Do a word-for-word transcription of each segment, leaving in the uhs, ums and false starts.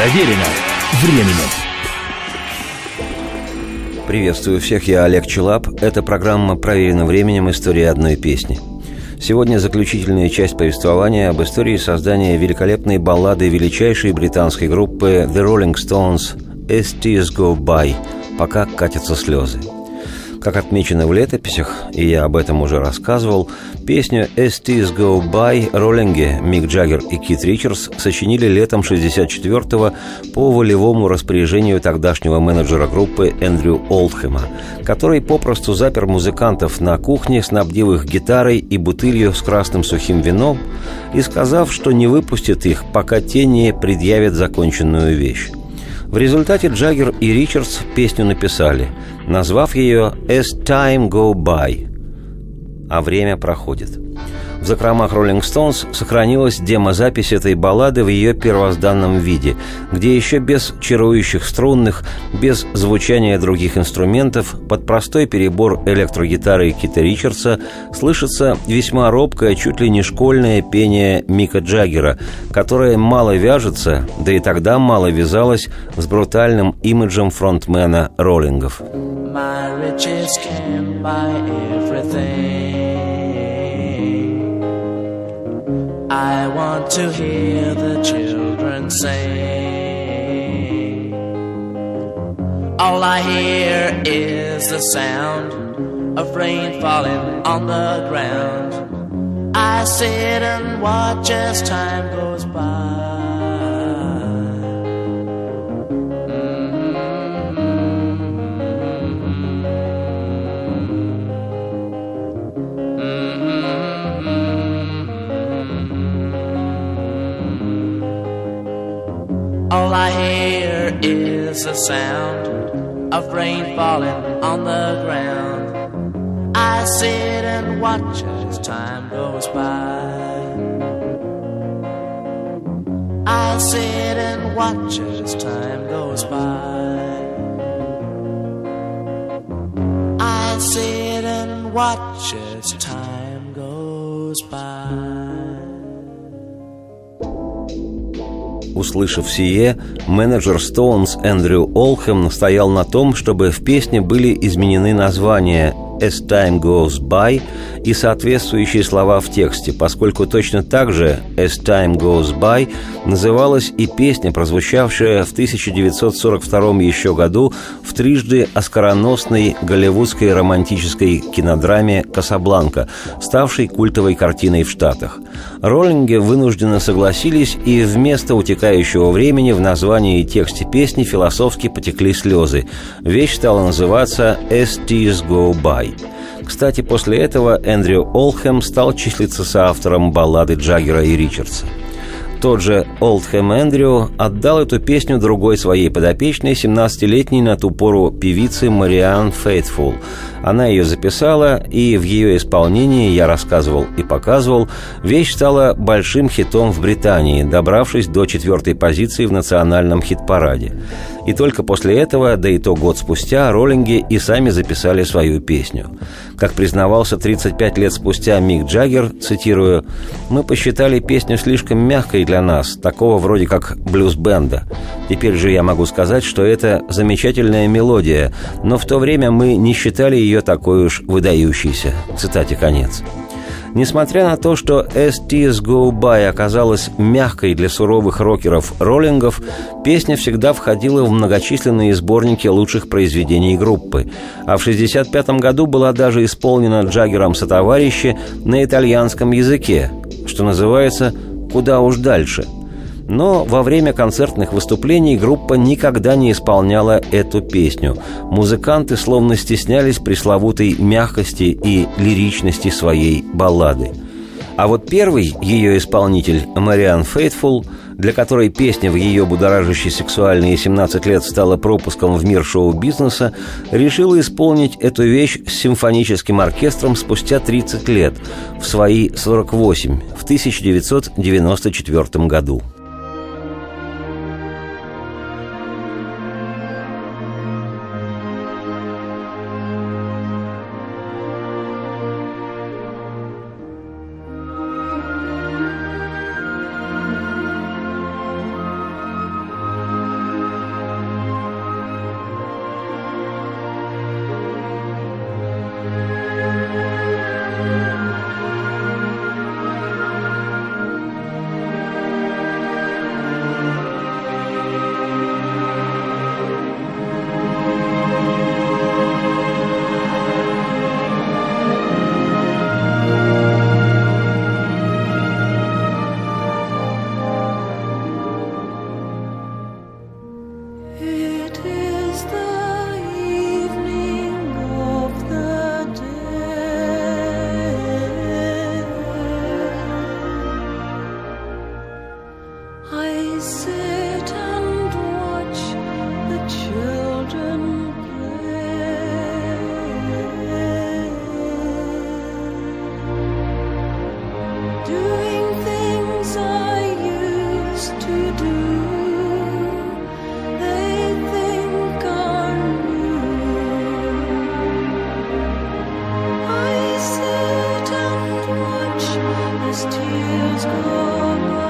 Проверено временем. Приветствую всех, я Олег Челап. Это программа «Проверено временем. История одной песни». Сегодня заключительная часть повествования об истории создания великолепной баллады величайшей британской группы The Rolling Stones «As Tears Go By» «Пока катятся слезы». Как отмечено в летописях, и я об этом уже рассказывал, песню «As Tears Go By» роллинги Мик Джаггер и Кит Ричардс сочинили летом шестьдесят четвёртого по волевому распоряжению тогдашнего менеджера группы Эндрю Олдхэма, который попросту запер музыкантов на кухне, снабдив их гитарой и бутылью с красным сухим вином и сказав, что не выпустит их, пока те не предъявят законченную вещь. В результате Джаггер и Ричардс песню написали, назвав ее «As Time Go By», а время проходит. В закромах Rolling Stones сохранилась демозапись этой баллады в ее первозданном виде, где еще без чарующих струнных, без звучания других инструментов, под простой перебор электрогитары Кита Ричардса слышится весьма робкое, чуть ли не школьное пение Мика Джаггера, которое мало вяжется, да и тогда мало вязалось с брутальным имиджем фронтмена роллингов. My riches can buy everything. I want to hear the children sing. All I hear is the sound of rain falling on the ground. I sit and watch as time goes by. All I hear is the sound of rain falling on the ground. I sit and watch as time goes by. I sit and watch as time goes by. I sit and watch as time goes by. Услышав сие, менеджер Stones Эндрю Олдхэм настоял на том, чтобы в песне были изменены названия «As Time Goes By» и соответствующие слова в тексте, поскольку точно так же «As Time Goes By» называлась и песня, прозвучавшая в тысяча девятьсот сорок втором еще году в трижды оскароносной голливудской романтической кинодраме «Касабланка», ставшей культовой картиной в Штатах. Роллинги вынужденно согласились, и вместо утекающего времени в названии и тексте песни философски потекли слезы. Вещь стала называться «As Tears Go By». Кстати, после этого Эндрю Олдхэм стал числиться соавтором баллады Джаггера и Ричардса. Тот же Олдхэм Эндрю отдал эту песню другой своей подопечной, семнадцатилетней на ту пору певице Мариан Фейтфул. Она ее записала, и в ее исполнении, я рассказывал и показывал, вещь стала большим хитом в Британии, добравшись до четвертой позиции в национальном хит-параде. И только после этого, да и то год спустя, роллинги и сами записали свою песню. Как признавался тридцать пять лет спустя Мик Джаггер, цитирую, «Мы посчитали песню слишком мягкой для нас, такого вроде как блюз-бенда. Теперь же я могу сказать, что это замечательная мелодия, но в то время мы не считали ее такой уж выдающейся». Цитате конец. Несмотря на то, что «As Tears Go By» оказалась мягкой для суровых рокеров-роллингов, песня всегда входила в многочисленные сборники лучших произведений группы, а в шестьдесят пятом году была даже исполнена Джаггером сотоварищи на итальянском языке, что называется «Куда уж дальше». Но во время концертных выступлений группа никогда не исполняла эту песню. Музыканты словно стеснялись пресловутой мягкости и лиричности своей баллады. А вот первый ее исполнитель, Мариан Фейтфул, для которой песня в ее будоражащей сексуальные семнадцать лет стала пропуском в мир шоу-бизнеса, решила исполнить эту вещь с симфоническим оркестром спустя тридцать лет, в свои сорок восемь, в тысяча девятьсот девяносто четвёртом году. I sit and watch the children play, doing things I used to do. They think are new. I sit and watch as tears go by.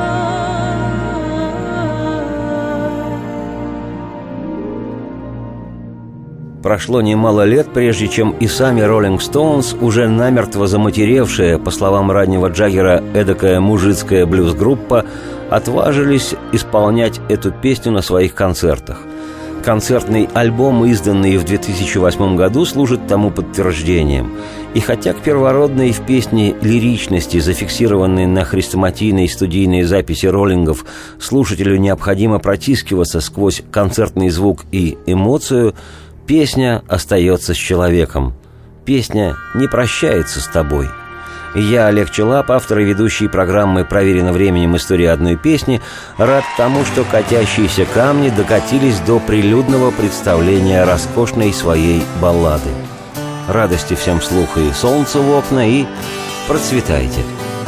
Прошло немало лет, прежде чем и сами Rolling Stones, уже намертво заматеревшая, по словам раннего Джаггера, эдакая мужицкая блюз-группа, отважились исполнять эту песню на своих концертах. Концертный альбом, изданный в две тысячи восьмом году, служит тому подтверждением. И хотя к первородной в песне лиричности, зафиксированной на хрестоматийной студийной записи роллингов, слушателю необходимо протискиваться сквозь концертный звук и эмоцию, песня остается с человеком. Песня не прощается с тобой. Я, Олег Челап, автор и ведущий программы «Проверено временем. История одной песни», рад тому, что катящиеся камни докатились до прилюдного представления роскошной своей баллады. Радости всем слуха и солнца в окна, и процветайте!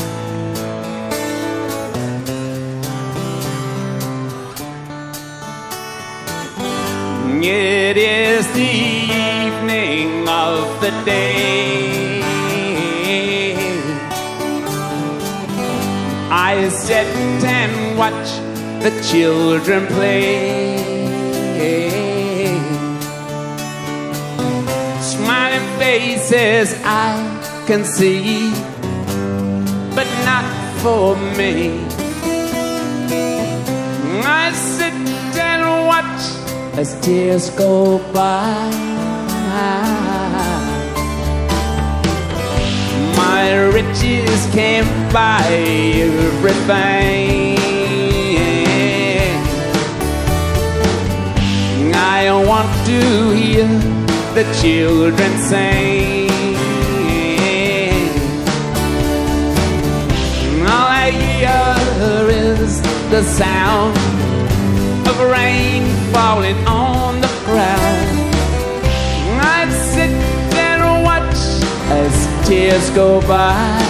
It is the evening of the day. I sit and watch the children play. Smiling faces I can see, but not for me. I sit and watch as tears go by. My riches can't buy everything. I want to hear the children sing. All I hear is the sound of rain falling on the ground. I'd sit and watch as tears go by.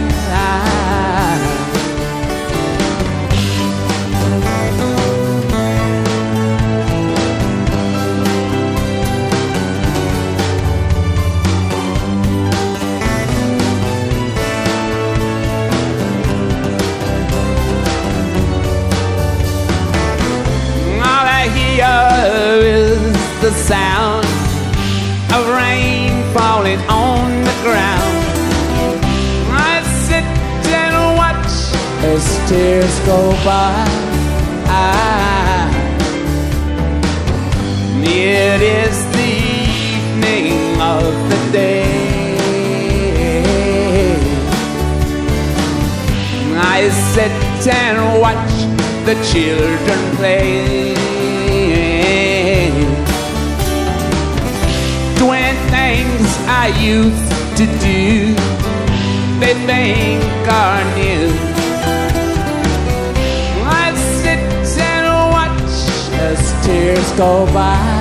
Is the sound of rain falling on the ground. I sit and watch as tears go by. It is the evening of the day. I sit and watch the children play. Doing things I used to do, they think are new. I sit and watch as tears go by.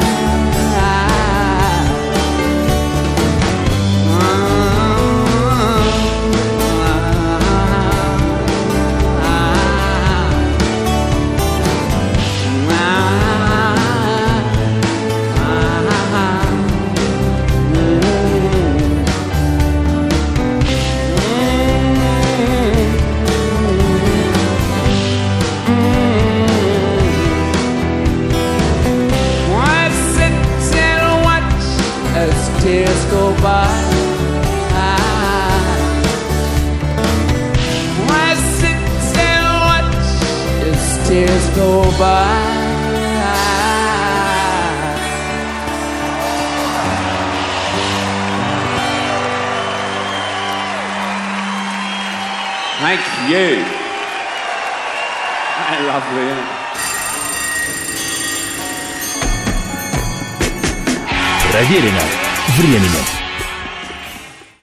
Tears go by. I sit and watch as tears go by. Thank you. I lovely, isn't it? Проверено временем.